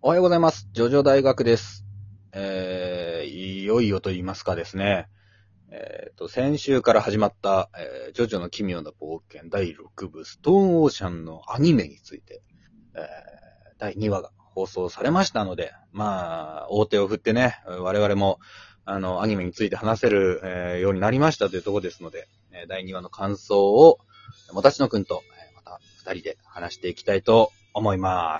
おはようございます。ジョジョ大学です。いよいよと言いますかですね。先週から始まった、ジョジョの奇妙な冒険第6部ストーンオーシャンのアニメについて、第2話が放送されましたので、大手を振ってね、我々も、アニメについて話せる、ようになりましたというところですので、第2話の感想を、もたちのくんと、また2人で話していきたいと思います。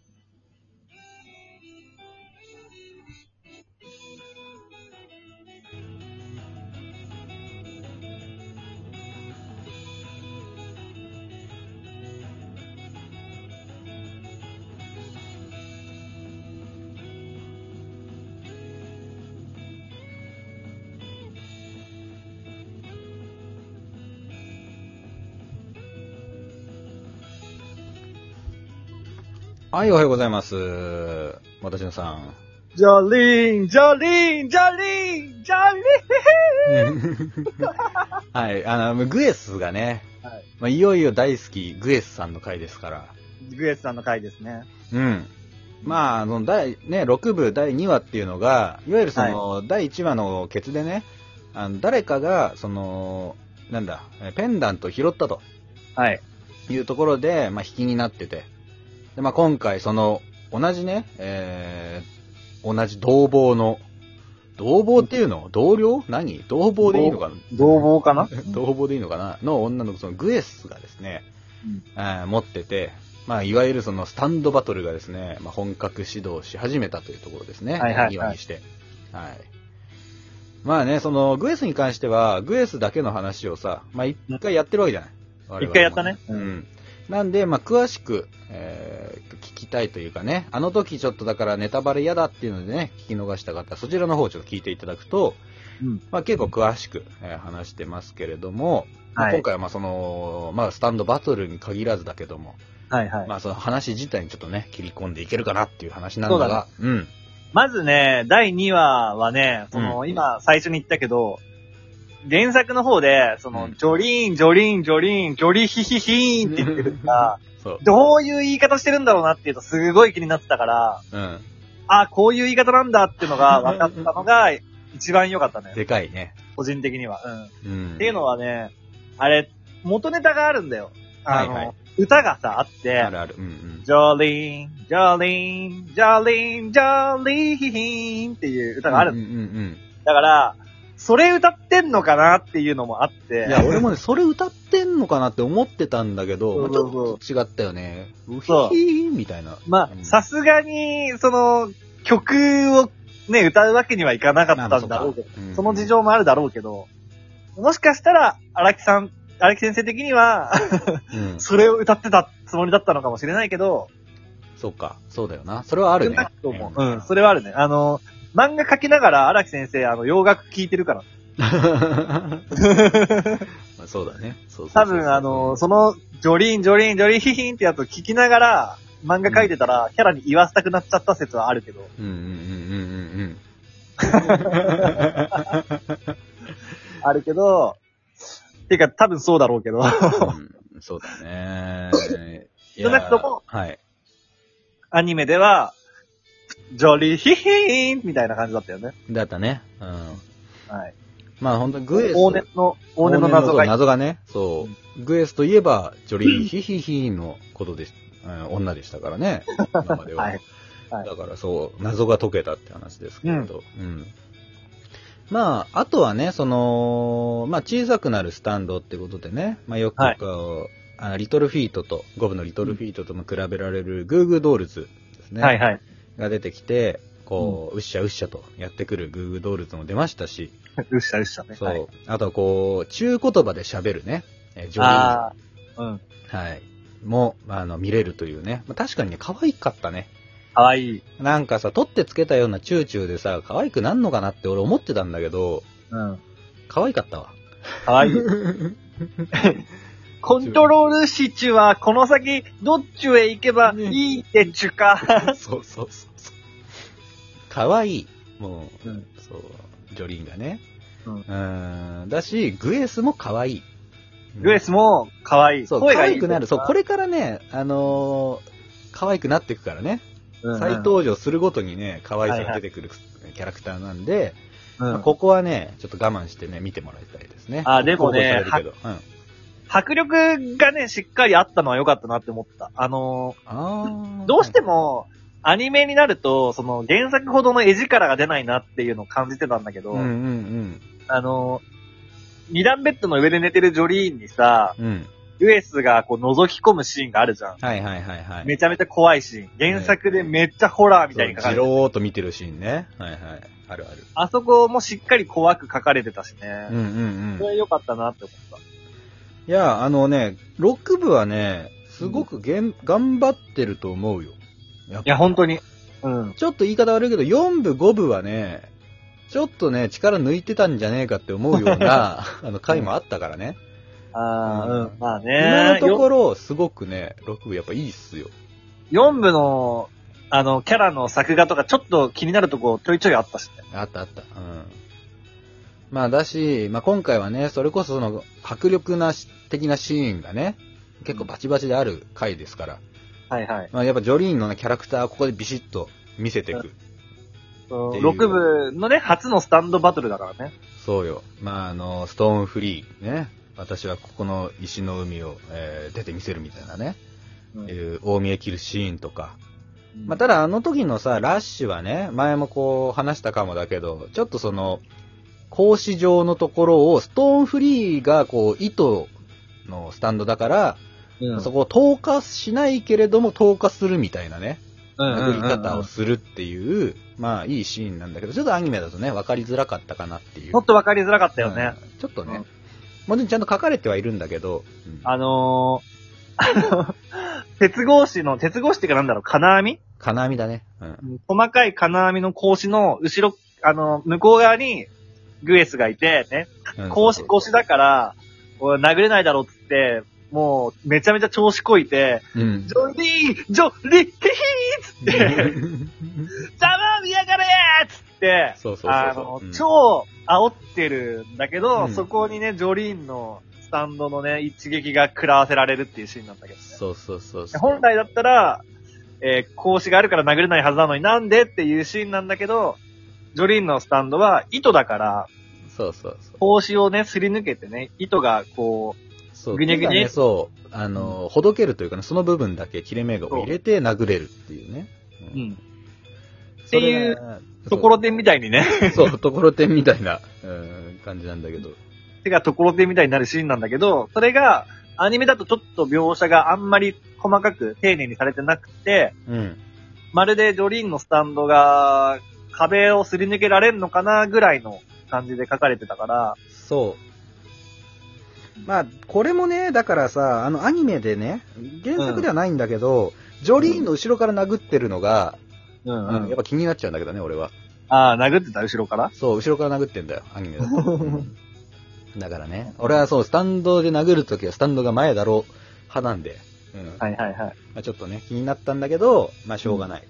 はい、おはようございます。私のさん。 ジャリーン、ジャリーン、ジャリーン、ジャリーンはい、グエスがね、 はい。 いよいよ大好きグエスさんの回ですから。 グエスさんの回ですね。 うん。6部第2話っていうのが、いわゆる第1話のケツでね、誰かが、ペンダントを拾ったと。 はい。 いうところで、引きになってて。で、今回、同じね、同じ同房っていうの同僚同房でいいのかな同房かな同房でいいのかなの女のそのグエスがですね、持ってて、いわゆるそのスタンドバトルがですね、本格始動し始めたというところですね。 はいはい。 2話にして。はい。そのグエスに関しては、グエスだけの話をさ、一回やってるわけじゃない。 一回やったね。 うん。なんで、詳しく、聞きたいというかね、あの時ちょっとだからネタバレ嫌だっていうのでね、聞き逃した方、そちらの方をちょっと聞いていただくと、結構詳しく、話してますけれども、今回はスタンドバトルに限らずだけども、 はいはい。 その話自体にちょっとね、切り込んでいけるかなっていう話なんだが、 うん。まずね、第2話はね、今最初に言ったけど、原作の方で、ジョリーン、ジョリーン、ジョリーン、ジョリヒヒヒーンって言ってるから、どういう言い方してるんだろうなっていうとすごい気になってたから、こういう言い方なんだっていうのが分かったのが一番良かったね。 でかいね。 個人的には。っていうのはね、あれ、元ネタがあるんだよ。歌がさ、あって、 あるある。 ジョリーン、ジョリーン、ジョリーン、ジョリーヒヒーンっていう歌がある。だから、それ歌ってんのかなっていうのもあって。 いや、俺もね、それ歌ってんのかなって思ってたんだけど、ちょっと違ったよね。ウヒヒーみたいな。 さすがに、曲をね、歌うわけにはいかなかったんだろうけど、その事情もあるだろうけど、もしかしたら、荒木先生的には、それを歌ってたつもりだったのかもしれないけど、 そうか、そうだよな。それはあるね。 それはあるね。漫画描きながら荒木先生、洋楽聴いてるから。 そうだね。 多分、その、ジョリーン、ジョリーン、ジョリーヒヒンってやつを聞きながら、漫画描いてたら、キャラに言わせたくなっちゃった説はあるけど。あるけど、てか、多分そうだろうけど。 そうだね。 少なくとも、アニメでは、ジョリーヒヒーンみたいな感じだったよね。 だったね。 はい。 本当にグエス。 往年の謎がね。そう。グエスといえば、ジョリーヒヒヒーンのことで女でしたからね。今までは。だからそう、謎が解けたって話ですけれど。あとはね、小さくなるスタンドってことでね、よくリトルフィートと、5部のリトルフィートとも比べられるグーグードールズですね。が出てきて、うっしゃうっしゃとやってくるグーグードールズも出ましたし。 うっしゃうっしゃね。 そう。あとは中言葉で喋るね、ジョリー。も、見れるというね。確かにね、可愛かったね。 可愛い。 なんかさ、取ってつけたようなチューチューでさ、可愛くなんのかなって俺思ってたんだけど、可愛かったわ。 可愛い。コントロールシチュは、この先、どっちへ行けばいいってちゅか。 そう。可愛い。もう、そう、ジョリーンがね。だし、グエスも可愛い。 グエスも可愛い。 そう、可愛くなる。そう、これからね、可愛くなっていくからね。 再登場するごとにね、可愛さが出てくるキャラクターなんで、 うんまあここはね、ちょっと我慢してね、見てもらいたいですね。 でもね、 候補されるけど迫力がね、しっかりあったのは良かったなって思った。どうしても、アニメになると、その原作ほどの絵力が出ないなっていうのを感じてたんだけど、二段ベッドの上で寝てるジョリーンにさ、ウエスがこう覗き込むシーンがあるじゃん。めちゃめちゃ怖いシーン。原作でめっちゃホラーみたいに書かれてる。 じろーっと見てるシーンね。あるある。 あそこもしっかり怖く書かれてたしね。それ良かったなって思った。 いや、6部はね、すごく頑張ってると思うよ。 いや、本当に。 ちょっと言い方悪いけど、4部、5部はね、ちょっとね、力抜いてたんじゃねえかって思うような、回もあったからね。 まあね。 今のところ、すごくね、6部やっぱいいっすよ。 4部の、キャラの作画とかちょっと気になるとこちょいちょいあったしね。 あった。まあだし、まあ今回はね、それこそその迫力的なシーンがね、結構バチバチである回ですから。まあやっぱジョリーンの、ね、キャラクターをここでビシッと見せていく。 6部のね、初のスタンドバトルだからね。 そうよ。まあストーンフリーね。私はここの石の海を、出てみせるみたいなね。大見え切るシーンとか。まあただあの時のさ、ラッシュはね、前もこう話したかもだけど、ちょっとその、格子状のところを、ストーンフリーがこう、糸のスタンドだから、そこを投下しないけれども投下するみたいなね、殴り方をするっていう、まあいいシーンなんだけど、ちょっとアニメだとね、分かりづらかったかなっていう。 もっと分かりづらかったよね。 ちょっとね、もちろんちゃんと書かれてはいるんだけど、 鉄格子っていうかなんだろう、金網だね。 細かい金網の格子の後ろ、向こう側に、グエスがいて、ね。格子越しだから、殴れないだろうっつって、もう、めちゃめちゃ調子こいて、ジョリーヒヒーっつって、ざまあ見やがれーっつって、超煽ってるんだけど、そこにね、ジョリーンのスタンドのね、一撃が食らわせられるっていうシーンなんだけどね。本来だったら、格子があるから殴れないはずなのになんでっていうシーンなんだけど、ジョリーンのスタンドは糸だから、格子をね、すり抜けてね、糸がこう、ぐにゃぐにゃ。 ほどけるというかね、その部分だけ切れ目を入れて殴れるっていうね。 っていう、ところてんみたいにね。 ところてんみたいな感じなんだけど。 手がところてんみたいになるシーンなんだけど、それが、アニメだとちょっと描写があんまり細かく丁寧にされてなくて、まるでジョリーンのスタンドが、壁をすり抜けられるのかなぐらいの感じで書かれてたから。 まあ、これもね、だからさ、アニメでね、原作ではないんだけど、ジョリーンの後ろから殴ってるのが、やっぱ気になっちゃうんだけどね、俺は。 殴ってた後ろから？ そう、後ろから殴ってんだよ、アニメだと。だからね、俺はそう、スタンドで殴るときはスタンドが前だろう派なんで。まあちょっとね、気になったんだけど、まあしょうがない。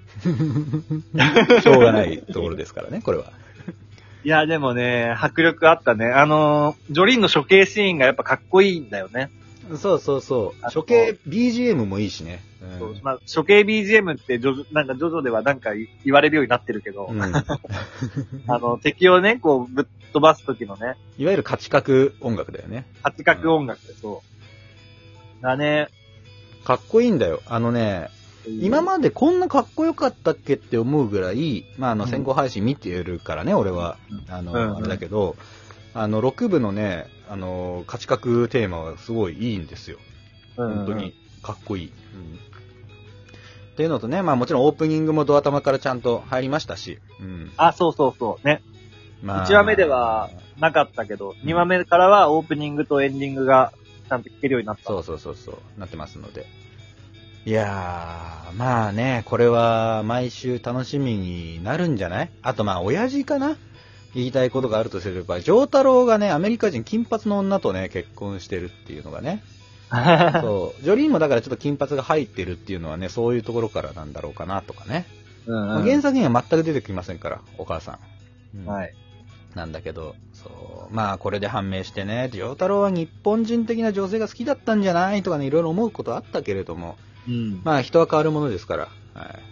しょうがないところですからね、これは。 いや、でもね、迫力あったね。ジョリーンの処刑シーンがやっぱかっこいいんだよね。 処刑 BGM もいいしね。 まあ、処刑 BGM ってなんかジョジョではなんか言われるようになってるけど、敵をね、こうぶっ飛ばす時のね。 いわゆる価値格音楽だよね。 価値格音楽で、だね。 かっこいいんだよ。今までこんなかっこよかったっけって思うぐらい、まあ先行配信見てるからね、俺は。あれだけど、6部のね、価値格テーマはすごいいいんですよ。本当にかっこいい。っていうのとね、まあもちろんオープニングもドア玉からちゃんと入りましたし。 ね。まあ、1話目ではなかったけど、2話目からはオープニングとエンディングがちゃんと聞けるようになった。 なってますので。いやー、まあね、これは毎週楽しみになるんじゃない？あとまあ、親父かな？言いたいことがあるとすれば、丈太郎がね、アメリカ人金髪の女とね、結婚してるっていうのがね。そう。ジョリーンもだからちょっと金髪が入ってるっていうのはね、そういうところからなんだろうかなとかね。原作には全く出てきませんから、お母さん。なんだけど、まあこれで判明してね、丈太郎は日本人的な女性が好きだったんじゃないとかね、いろいろ思うことあったけれども、まあ人は変わるものですから、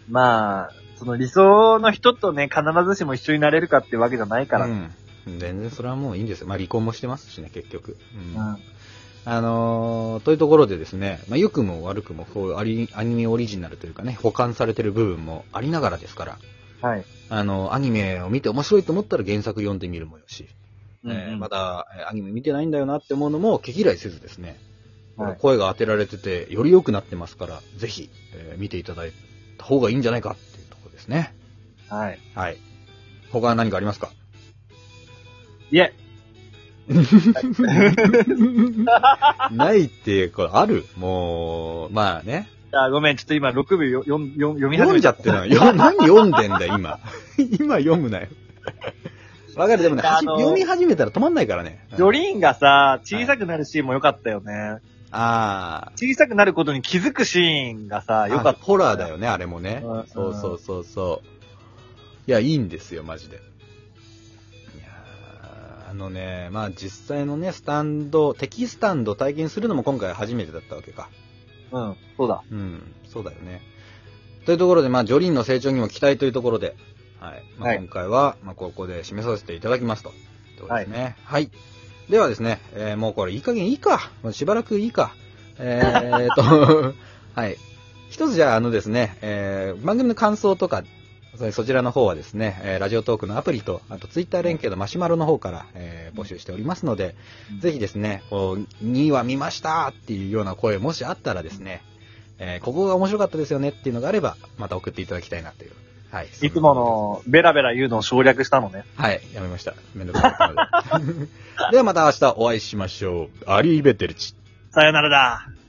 まあ、その理想の人とね、必ずしも一緒になれるかってわけじゃないから。 うん。全然それはもういいんですよ。まあ離婚もしてますしね、結局。 うん。 というところでですね、まあ良くも悪くも、こうアニメオリジナルというかね、保管されてる部分もありながらですから、 はい。 アニメを見て面白いと思ったら原作読んでみるもよし、まだアニメ見てないんだよなって思うのも毛嫌いせずですね、はい、声が当てられててより良くなってますから、ぜひ、見ていただいた方がいいんじゃないかっていうところですね。 はい。 はい。他は何かありますか？ いえ。 ないって、これある？もう、まあね。 ごめん、ちょっと今6部読み始め読んじゃってない。何読んでんだよ、今。今読むなよ。わかる、でもね、読み始めたら止まんないからね。 ジョリーンがさ、小さくなるシーンも良かったよね。 ああ。 小さくなることに気づくシーンがさ、良かった。 ホラーだよね、あれもね。そうそうそうそう。いや、いいんですよ、マジで。いやまあ実際のね、敵スタンド体験するのも今回初めてだったわけか。 うん、そうだ。 うん、そうだよね。というところで、まあ、ジョリーンの成長にも期待というところで、はい。まあ、今回は、まあ、ここで締めさせていただきますと。とですね。はい。はい。ではですね、もうこれいい加減いいか。もうしばらくいいか。はい。一つじゃあ、ですね、番組の感想とか、そちらの方はですね、ラジオトークのアプリと、あとツイッター連携のマシュマロの方から、募集しておりますので、ぜひですね、こう、2話見ましたっていうような声もしあったらですね、ここが面白かったですよねっていうのがあれば、また送っていただきたいなという。はい。 いつものベラベラ言うのを省略したのね。 はい、やめました。めんどくさかったので。ではまた明日お会いしましょう。アリーベテルチ。 さよならだ。